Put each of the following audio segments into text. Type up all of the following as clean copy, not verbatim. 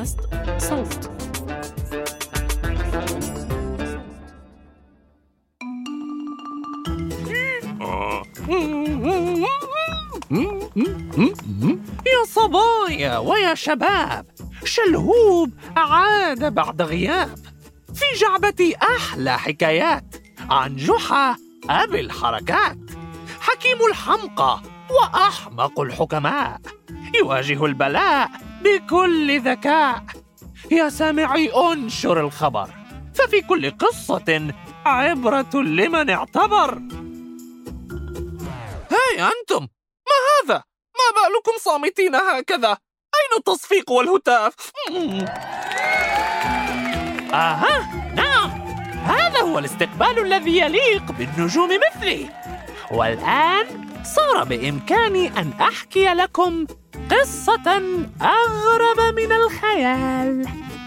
بودكاست صوت. يا صبايا ويا شباب، شلهوب عاد بعد غياب. في جعبتي أحلى حكايات عن جحا أبي الحركات، حكيم الحمقى وأحمق الحكماء، يواجه البلاء بكل ذكاء. يا سامعي أنشر الخبر، ففي كل قصة عبرة لمن اعتبر. هاي أنتم، ما هذا؟ ما بالكم صامتين هكذا؟ أين التصفيق والهتاف؟ نعم، هذا هو الاستقبال الذي يليق بالنجوم مثلي. والآن صار بإمكاني أن أحكي لكم قصة أغرب من الخيال.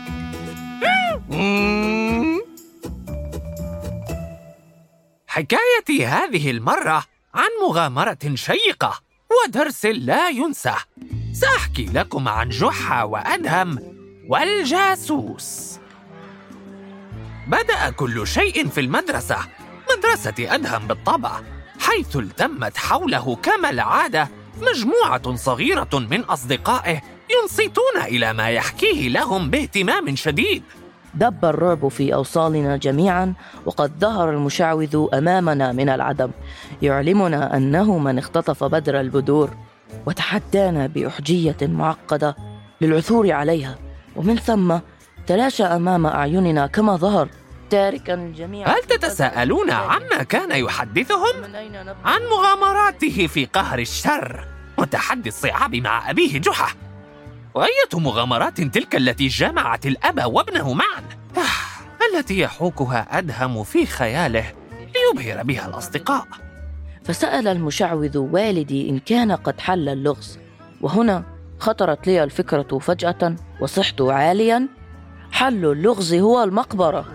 حكايتي هذه المرة عن مغامرة شيقة ودرس لا ينسى. سأحكي لكم عن جحا وأدهم والجاسوس. بدأ كل شيء في المدرسة، مدرسة أدهم بالطبع، حيث التمت حوله كما العادة مجموعة صغيرة من أصدقائه ينصتون إلى ما يحكيه لهم باهتمام شديد. دب الرعب في أوصالنا جميعاً، وقد ظهر المشعوذ أمامنا من العدم يعلمنا أنه من اختطف بدر البدور، وتحدانا بأحجية معقدة للعثور عليها، ومن ثم تلاشى أمام أعيننا كما ظهر، تاركاً الجميع. هل تتساءلون عما كان يحدثهم؟ عن مغامراته في قهر الشر وتحدي الصعاب مع أبيه جحا. وأية مغامرات تلك التي جمعت الأب وابنه معا، التي يحوكها أدهم في خياله ليبهر بها الأصدقاء. فسأل المشعوذ والدي إن كان قد حل اللغز، وهنا خطرت لي الفكرة فجأة وصحت عاليا: حل اللغز هو المقبرة.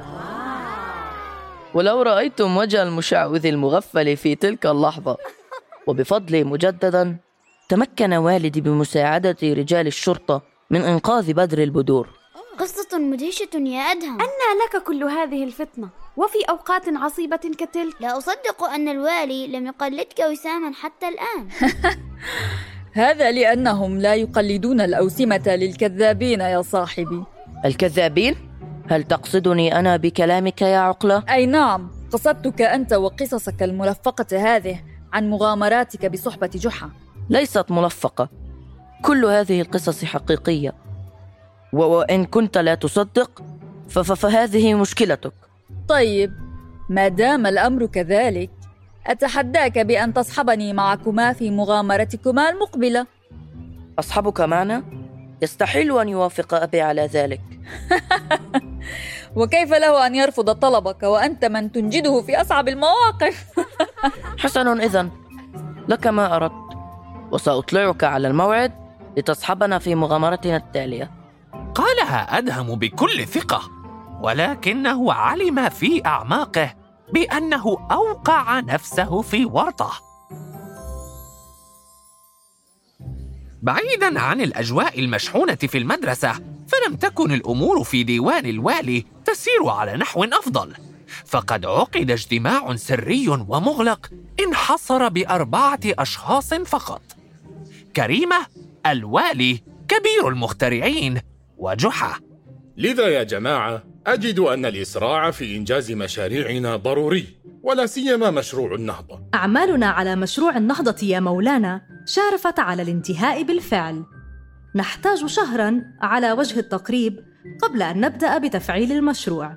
ولو رأيتم وجه المشعوذ المغفل في تلك اللحظة. وبفضلي مجددا تمكن والدي بمساعدة رجال الشرطة من إنقاذ بدر البدور. قصة مدهشة يا أدهم. أنى لك كل هذه الفطنة وفي أوقات عصيبة كتلك؟ لا أصدق أن الوالي لم يقلدك وساما حتى الآن. هذا لأنهم لا يقلدون الأوسمة للكذابين يا صاحبي. الكذابين؟ هل تقصدني أنا بكلامك يا عقلة؟ أي نعم، قصدتك أنت وقصصك الملفقة هذه عن مغامراتك بصحبة جحا. ليست ملفقة، كل هذه القصص حقيقية، وإن كنت لا تصدق فهذه مشكلتك. طيب، ما دام الأمر كذلك، أتحداك بأن تصحبني معكما في مغامرتكما المقبلة. أصحبك معنا؟ يستحيل أن يوافق أبي على ذلك. وكيف له أن يرفض طلبك وأنت من تنجده في أصعب المواقف؟ حسن، إذن لك ما أردت، وسأطلعك على الموعد لتصحبنا في مغامرتنا التالية. قالها أدهم بكل ثقة، ولكنه علم في أعماقه بأنه أوقع نفسه في ورطة. بعيداً عن الأجواء المشحونة في المدرسة، فلم تكن الأمور في ديوان الوالي تسير على نحو أفضل، فقد عقد اجتماع سري ومغلق انحصر ب4 أشخاص فقط: كريمة، الوالي، كبير المخترعين، وجحا. لذا يا جماعة، أجد أن الإسراع في إنجاز مشاريعنا ضروري، ولا سيما مشروع النهضة. أعمالنا على مشروع النهضة يا مولانا شارفت على الانتهاء بالفعل. نحتاج شهراً على وجه التقريب قبل أن نبدأ بتفعيل المشروع.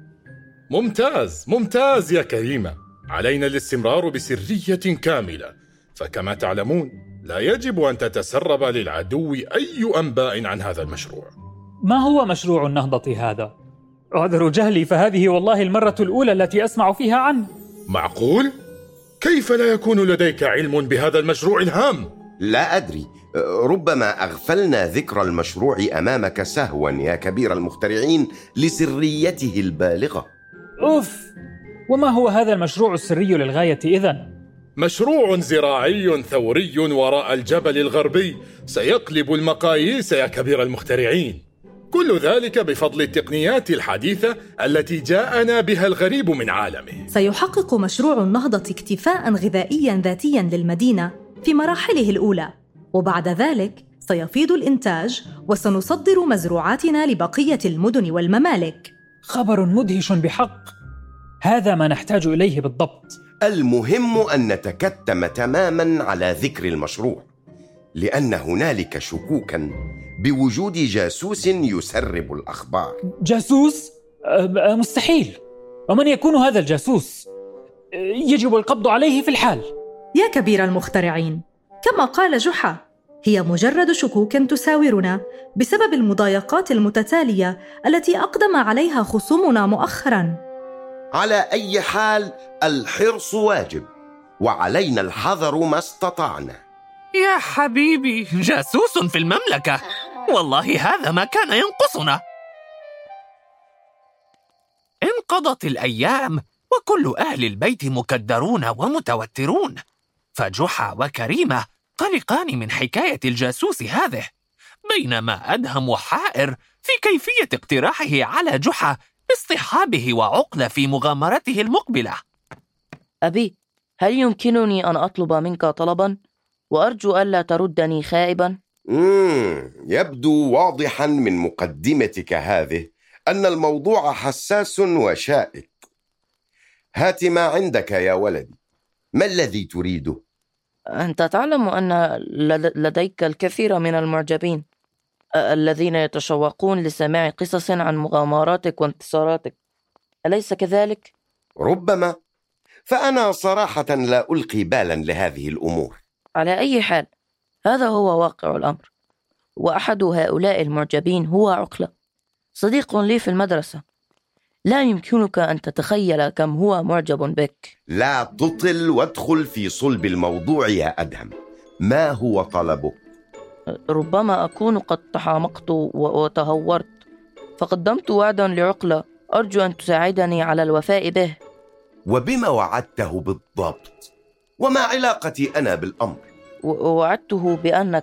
ممتاز يا كريمة. علينا الاستمرار بسرية كاملة، فكما تعلمون لا يجب أن تتسرب للعدو أي أنباء عن هذا المشروع. ما هو مشروع النهضة هذا؟ أعذر جهلي، فهذه والله المرة الأولى التي أسمع فيها عنه. معقول؟ كيف لا يكون لديك علم بهذا المشروع الهام؟ لا أدري، ربما أغفلنا ذكر المشروع أمامك سهوا يا كبير المخترعين لسريته البالغة. أوف، وما هو هذا المشروع السري للغاية إذن؟ مشروع زراعي ثوري وراء الجبل الغربي سيقلب المقاييس يا كبير المخترعين. وكل ذلك بفضل التقنيات الحديثة التي جاءنا بها الغريب من عالمه. سيحقق مشروع النهضة اكتفاء غذائياً ذاتياً للمدينة في مراحله الأولى، وبعد ذلك سيفيض الإنتاج وسنصدر مزروعاتنا لبقية المدن والممالك. خبر مدهش بحق، هذا ما نحتاج إليه بالضبط. المهم أن نتكتم تماماً على ذكر المشروع، لأن هنالك شكوكاً بوجود جاسوس يسرب الأخبار. جاسوس؟ مستحيل. ومن يكون هذا الجاسوس؟ يجب القبض عليه في الحال. يا كبير المخترعين، كما قال جحا، هي مجرد شكوك تساورنا بسبب المضايقات المتتالية التي أقدم عليها خصومنا مؤخراً. على أي حال الحرص واجب، وعلينا الحذر ما استطعنا. يا حبيبي، جاسوس في المملكة، والله هذا ما كان ينقصنا. انقضت الأيام وكل أهل البيت مكدرون ومتوترون، فجحا وكريمة قلقان من حكاية الجاسوس هذه، بينما أدهم حائر في كيفية اقتراحه على جحا باصطحابه وعقلة في مغامرته المقبلة. أبي، هل يمكنني أن أطلب منك طلباً؟ وأرجو ألا تردني خائباً. يبدو واضحاً من مقدمتك هذه أن الموضوع حساس وشائك. هات ما عندك يا ولدي، ما الذي تريده؟ أنت تعلم أن لديك الكثير من المعجبين الذين يتشوقون لسماع قصص عن مغامراتك وانتصاراتك، أليس كذلك؟ ربما، فأنا صراحة لا ألقي بالا لهذه الأمور. على أي حال، هذا هو واقع الأمر، وأحد هؤلاء المعجبين هو عقلة، صديق لي في المدرسة. لا يمكنك أن تتخيل كم هو معجب بك. لا تطل وادخل في صلب الموضوع يا أدهم، ما هو طلبك؟ ربما أكون قد تحامقت وتهورت، فقدمت وعدا لعقلة، أرجو أن تساعدني على الوفاء به. وبما وعدته بالضبط؟ وما علاقتي أنا بالأمر؟ وعدته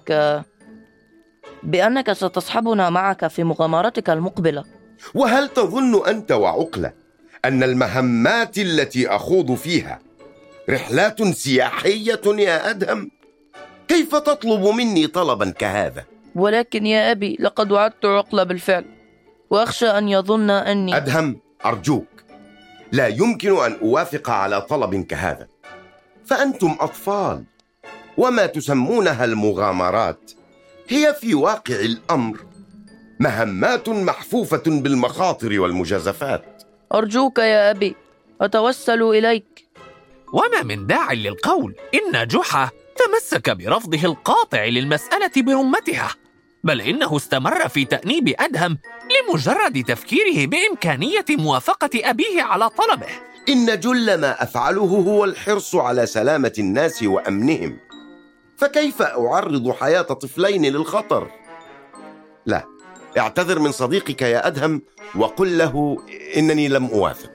بأنك ستصحبنا معك في مغامرتك المقبلة. وهل تظن أنت وعقلة أن المهمات التي أخوض فيها رحلات سياحية يا أدهم؟ كيف تطلب مني طلبا كهذا؟ ولكن يا أبي، لقد وعدت عقلة بالفعل، وأخشى أن يظن أني... أدهم، أرجوك، لا يمكن أن أوافق على طلب كهذا، فأنتم أطفال، وما تسمونها المغامرات هي في واقع الأمر مهمات محفوفة بالمخاطر والمجازفات. أرجوك يا أبي، أتوسل إليك. وما من داع للقول إن جحا تمسك برفضه القاطع للمسألة برمتها، بل إنه استمر في تأنيب أدهم لمجرد تفكيره بإمكانية موافقة أبيه على طلبه. إن جل ما أفعله هو الحرص على سلامة الناس وأمنهم، فكيف أعرض حياة طفلين للخطر؟ لا، اعتذر من صديقك يا أدهم وقل له إنني لم أوافق.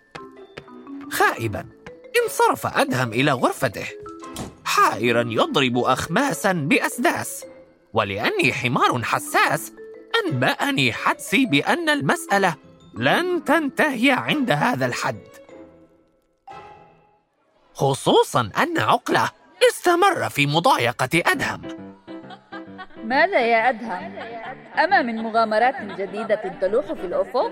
خائبا انصرف أدهم إلى غرفته حائرا يضرب أخماسا بأسداس، ولأني حمار حساس أنبأني حدسي بأن المسألة لن تنتهي عند هذا الحد، خصوصا أن عقلة استمر في مضايقة أدهم. ماذا يا أدهم؟ أما من مغامرات جديدة تلوح في الأفق؟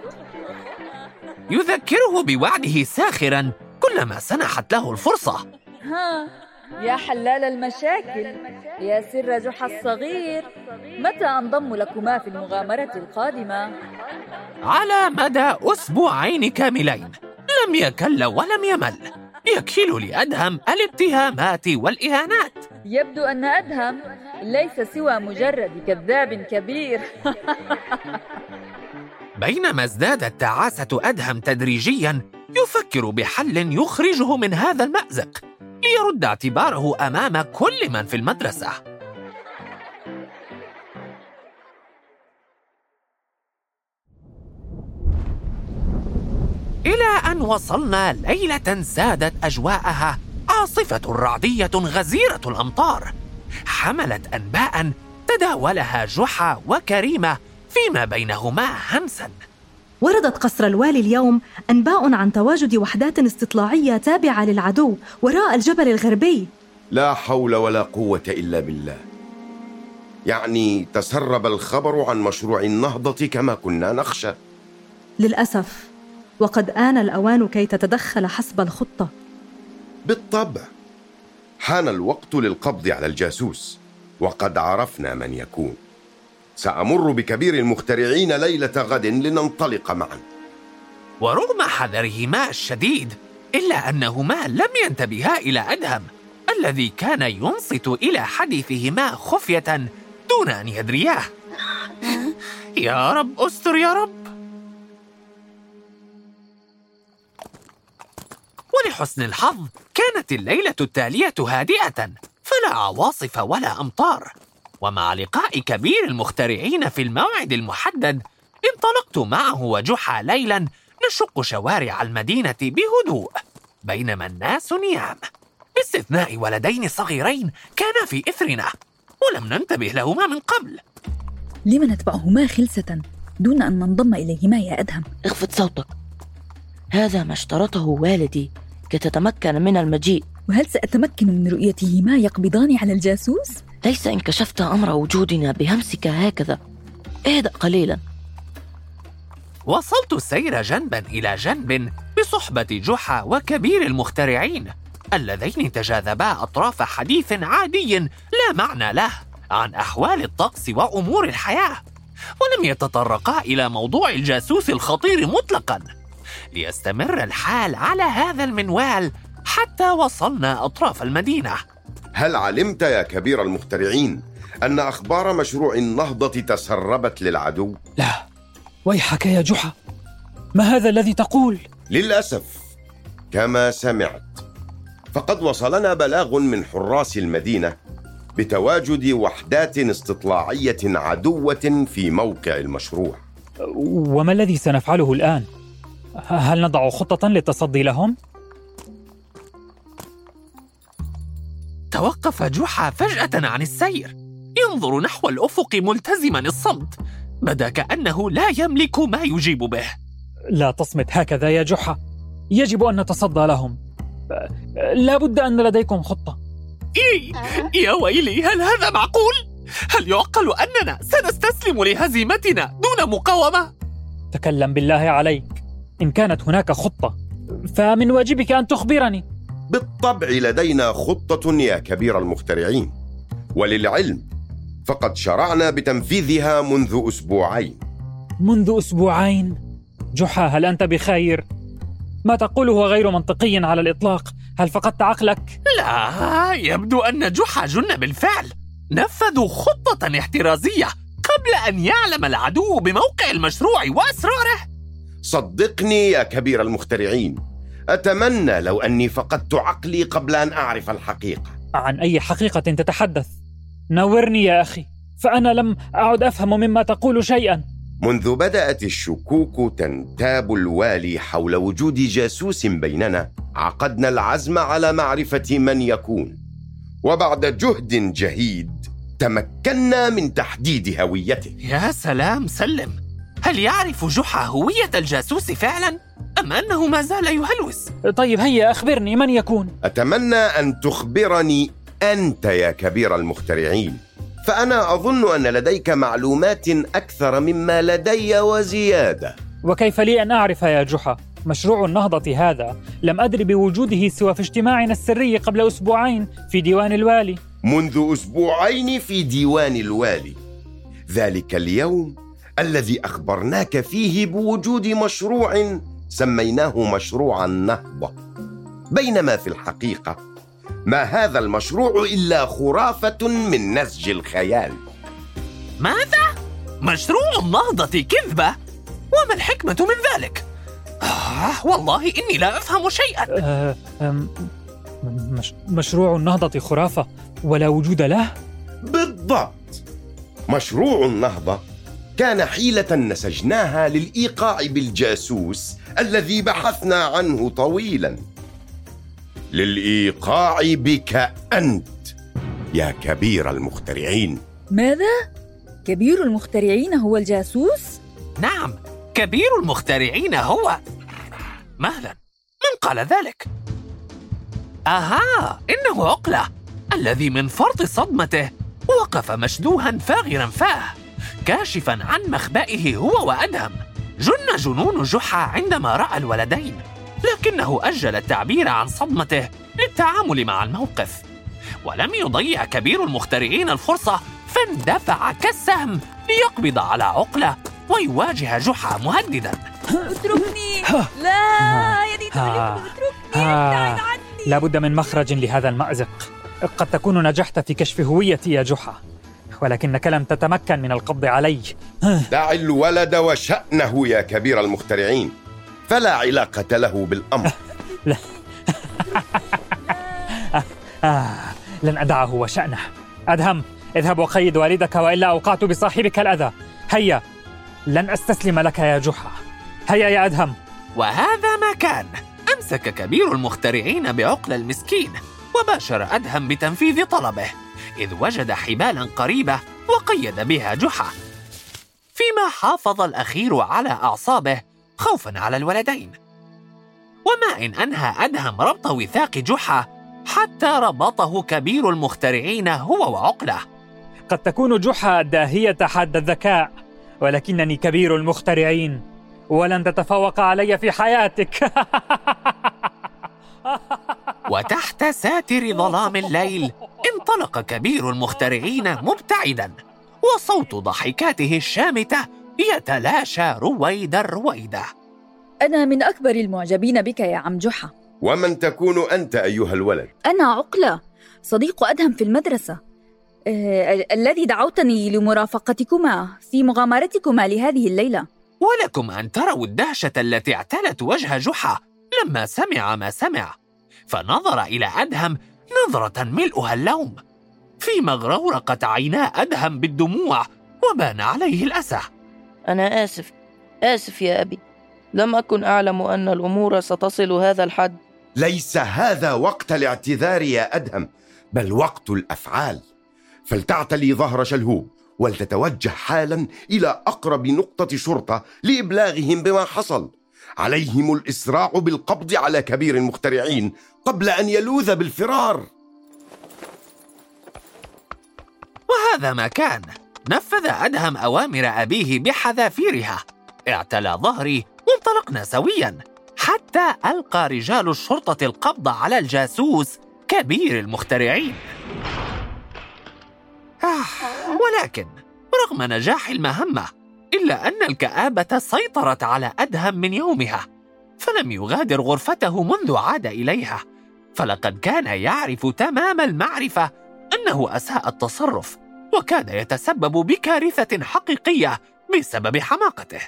يذكره بوعده ساخرا كلما سنحت له الفرصة. ها يا حلال المشاكل، يا سر جحا الصغير، متى أنضم لكما في المغامرة القادمة؟ على مدى أسبوعين كاملين لم يكل ولم يمل، يكيل لأدهم الاتهامات والإهانات. يبدو أن أدهم ليس سوى مجرد كذاب كبير. بينما ازدادت تعاسة أدهم تدريجياً، يفكر بحل يخرجه من هذا المأزق ليرد اعتباره أمام كل من في المدرسة. إلى أن وصلنا ليلة سادت أجواءها عاصفة رعدية غزيرة الأمطار، حملت أنباء تداولها جحا وكريمة فيما بينهما همساً. وردت قصر الوالي اليوم أنباء عن تواجد وحدات استطلاعية تابعة للعدو وراء الجبل الغربي. لا حول ولا قوة إلا بالله. يعني تسرب الخبر عن مشروع النهضة كما كنا نخشى. للأسف، وقد آن الأوان كي تتدخل حسب الخطة. بالطبع، حان الوقت للقبض على الجاسوس، وقد عرفنا من يكون. سأمر بكبير المخترعين ليلة غد لننطلق معا. ورغم حذرهما الشديد، إلا أنهما لم ينتبها إلى أدهم الذي كان ينصت إلى حديثهما خفية دون أن يدرياه. يا رب أستر يا رب. ولحسن الحظ كانت الليلة التالية هادئة، فلا عواصف ولا أمطار. ومع لقاء كبير المخترعين في الموعد المحدد، انطلقت معه وجحا ليلا نشق شوارع المدينة بهدوء بينما الناس نيام، باستثناء ولدين صغيرين كانا في إثرنا ولم ننتبه لهما من قبل. لم نتبعهما خلسة دون أن ننضم إليهما يا أدهم؟ اخفض صوتك، هذا ما اشترطه والدي كي تتمكن من المجيء. وهل سأتمكن من رؤيتهما يقبضان على الجاسوس؟ ليس إن كشفت أمر وجودنا بهمسك هكذا. اهدأ قليلا. وصلت السير جنبا إلى جنب بصحبة جحا وكبير المخترعين اللذين تجاذبا أطراف حديث عادي لا معنى له عن أحوال الطقس وأمور الحياة، ولم يتطرقا إلى موضوع الجاسوس الخطير مطلقا، ليستمر الحال على هذا المنوال حتى وصلنا أطراف المدينة. هل علمت يا كبير المخترعين أن أخبار مشروع النهضة تسربت للعدو؟ لا، ويحك يا جحا، ما هذا الذي تقول؟ للأسف كما سمعت، فقد وصلنا بلاغ من حراس المدينة بتواجد وحدات استطلاعية عدوة في موقع المشروع. وما الذي سنفعله الآن؟ هل نضع خطة للتصدي لهم؟ توقف جحا فجأة عن السير، ينظر نحو الأفق ملتزما الصمت، بدا كأنه لا يملك ما يجيب به. لا تصمت هكذا يا جحا، يجب أن نتصدى لهم. لا بد أن لديكم خطة. يا ويلي، هل هذا معقول؟ هل يعقل أننا سنستسلم لهزيمتنا دون مقاومة؟ تكلم بالله عليك، إن كانت هناك خطة فمن واجبك أن تخبرني. بالطبع لدينا خطة يا كبير المخترعين، وللعلم فقد شرعنا بتنفيذها منذ أسبوعين. منذ أسبوعين؟ جحا، هل أنت بخير؟ ما تقوله غير منطقي على الإطلاق. هل فقدت عقلك؟ لا، يبدو أن جحا جن بالفعل. نفذوا خطة احترازية قبل أن يعلم العدو بموقع المشروع وأسراره. صدقني يا كبير المخترعين، أتمنى لو أني فقدت عقلي قبل أن أعرف الحقيقة. عن أي حقيقة تتحدث؟ نورني يا أخي، فأنا لم أعد أفهم مما تقول شيئا. منذ بدأت الشكوك تنتاب الوالي حول وجود جاسوس بيننا، عقدنا العزم على معرفة من يكون، وبعد جهد جهيد تمكنا من تحديد هويته. يا سلام، سلم. هل يعرف جحا هوية الجاسوس فعلا؟ أم أنه ما زال يهلوس؟ طيب هيا أخبرني من يكون. أتمنى أن تخبرني أنت يا كبير المخترعين، فأنا أظن أن لديك معلومات أكثر مما لدي وزيادة. وكيف لي أن أعرف يا جحا؟ مشروع النهضة هذا لم أدري بوجوده سوى في اجتماعنا السري قبل أسبوعين في ديوان الوالي. منذ أسبوعين في ديوان الوالي، ذلك اليوم الذي أخبرناك فيه بوجود مشروع سميناه مشروع النهضة، بينما في الحقيقة ما هذا المشروع إلا خرافة من نسج الخيال. ماذا؟ مشروع النهضة كذبة؟ وما الحكمة من ذلك؟ والله إني لا أفهم شيئا. مشروع النهضة خرافة ولا وجود له؟ بالضبط، مشروع النهضة كان حيلة نسجناها للإيقاع بالجاسوس الذي بحثنا عنه طويلا، للإيقاع بك أنت يا كبير المخترعين. ماذا؟ كبير المخترعين هو الجاسوس؟ نعم، كبير المخترعين هو... مهلا، من قال ذلك؟ إنه عقلة الذي من فرط صدمته وقف مشدوها فاغرا فاه، كاشفا عن مخبئه هو وأدهم. جن جنون جحا عندما رأى الولدين، لكنه أجل التعبير عن صدمته للتعامل مع الموقف، ولم يضيع كبير المخترعين الفرصة، فاندفع كالسهم ليقبض على عقلة ويواجه جحا مهددا. اتركني، لا يدي اتركني، ابتعد عني. لا بد من مخرج لهذا المأزق. قد تكون نجحت في كشف هويتي يا جحا، ولكنك لم تتمكن من القبض علي. دع الولد وشأنه يا كبير المخترعين، فلا علاقة له بالأمر. لا. لن أدعه وشأنه. أدهم، اذهب وقيد والدك وإلا أوقعت بصاحبك الأذى. هيا، لن أستسلم لك يا جحا. هيا يا أدهم. وهذا ما كان. أمسك كبير المخترعين بعقل المسكين وباشر أدهم بتنفيذ طلبه، إذ وجد حبالا قريبة وقيد بها جحا، فيما حافظ الأخير على أعصابه خوفا على الولدين. وما إن أنهى أدهم ربط وثاق جحا حتى ربطه كبير المخترعين هو وعقله. قد تكون جحا الداهية حاد الذكاء، ولكنني كبير المخترعين، ولن تتفوق علي في حياتك. وتحت ساتر ظلام الليل انطلق كبير المخترعين مبتعدا، وصوت ضحكاته الشامتة يتلاشى رويدا رويدا. أنا من أكبر المعجبين بك يا عم جحا. ومن تكون أنت أيها الولد؟ أنا عقلة، صديق أدهم في المدرسة، الذي دعوتني لمرافقتكما في مغامرتكما لهذه الليلة. ولكم أن تروا الدهشة التي اعتلت وجه جحا لما سمع ما سمع، فنظر إلى أدهم نظرة ملؤها اللوم، فيما اغرورقت عينا أدهم بالدموع وبان عليه الأسى. أنا آسف يا أبي، لم أكن أعلم أن الأمور ستصل هذا الحد. ليس هذا وقت الاعتذار يا أدهم، بل وقت الأفعال. فلتعتلي ظهر شلهوب ولتتوجه حالا إلى أقرب نقطة شرطة لإبلاغهم بما حصل. عليهم الإسراع بالقبض على كبير المخترعين قبل أن يلوذ بالفرار. وهذا ما كان. نفذ أدهم أوامر أبيه بحذافيرها. اعتلى ظهري وانطلقنا سويا حتى ألقى رجال الشرطة القبض على الجاسوس كبير المخترعين. ولكن رغم نجاح المهمة، إلا أن الكآبة سيطرت على أدهم من يومها، فلم يغادر غرفته منذ عاد إليها، فلقد كان يعرف تمام المعرفة أنه أساء التصرف، وكان يتسبب بكارثة حقيقية بسبب حماقته.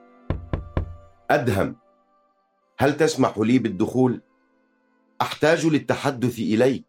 أدهم، هل تسمح لي بالدخول؟ أحتاج للتحدث إليك.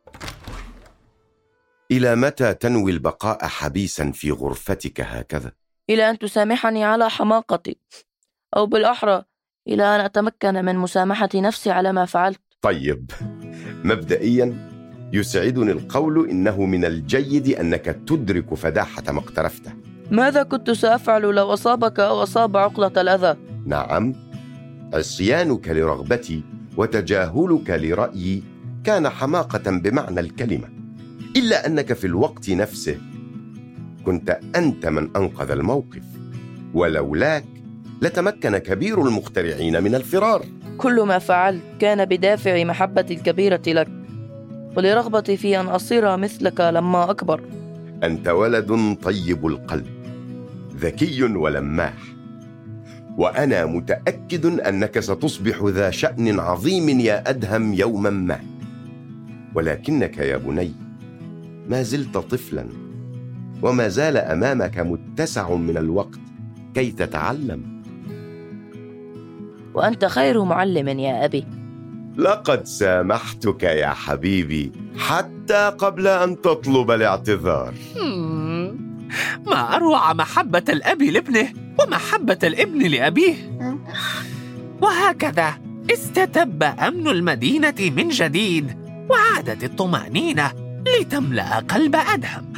إلى متى تنوي البقاء حبيسا في غرفتك هكذا؟ إلى أن تسامحني على حماقتي، أو بالأحرى إلى أن أتمكن من مسامحة نفسي على ما فعلت. طيب، مبدئيا يسعدني القول إنه من الجيد أنك تدرك فداحة ما اقترفته. ماذا كنت سأفعل لو أصابك أو أصاب عقلة الأذى؟ نعم، عصيانك لرغبتي وتجاهلك لرأيي كان حماقة بمعنى الكلمة، إلا أنك في الوقت نفسه كنت أنت من أنقذ الموقف، ولولاك لتمكن كبير المخترعين من الفرار. كل ما فعلت كان بدافع محبتي الكبيرة لك، ولرغبتي في أن أصير مثلك لما أكبر. أنت ولد طيب القلب، ذكي ولماح، وأنا متأكد أنك ستصبح ذا شأن عظيم يا أدهم يوما ما. ولكنك يا بني ما زلت طفلا، وما زال أمامك متسع من الوقت كي تتعلم. وأنت خير معلم يا أبي. لقد سامحتك يا حبيبي حتى قبل أن تطلب الاعتذار. ما أروع محبة الأب لابنه ومحبة الابن لأبيه. وهكذا استتب أمن المدينة من جديد، وعادت الطمأنينة لتملأ قلب أدهم.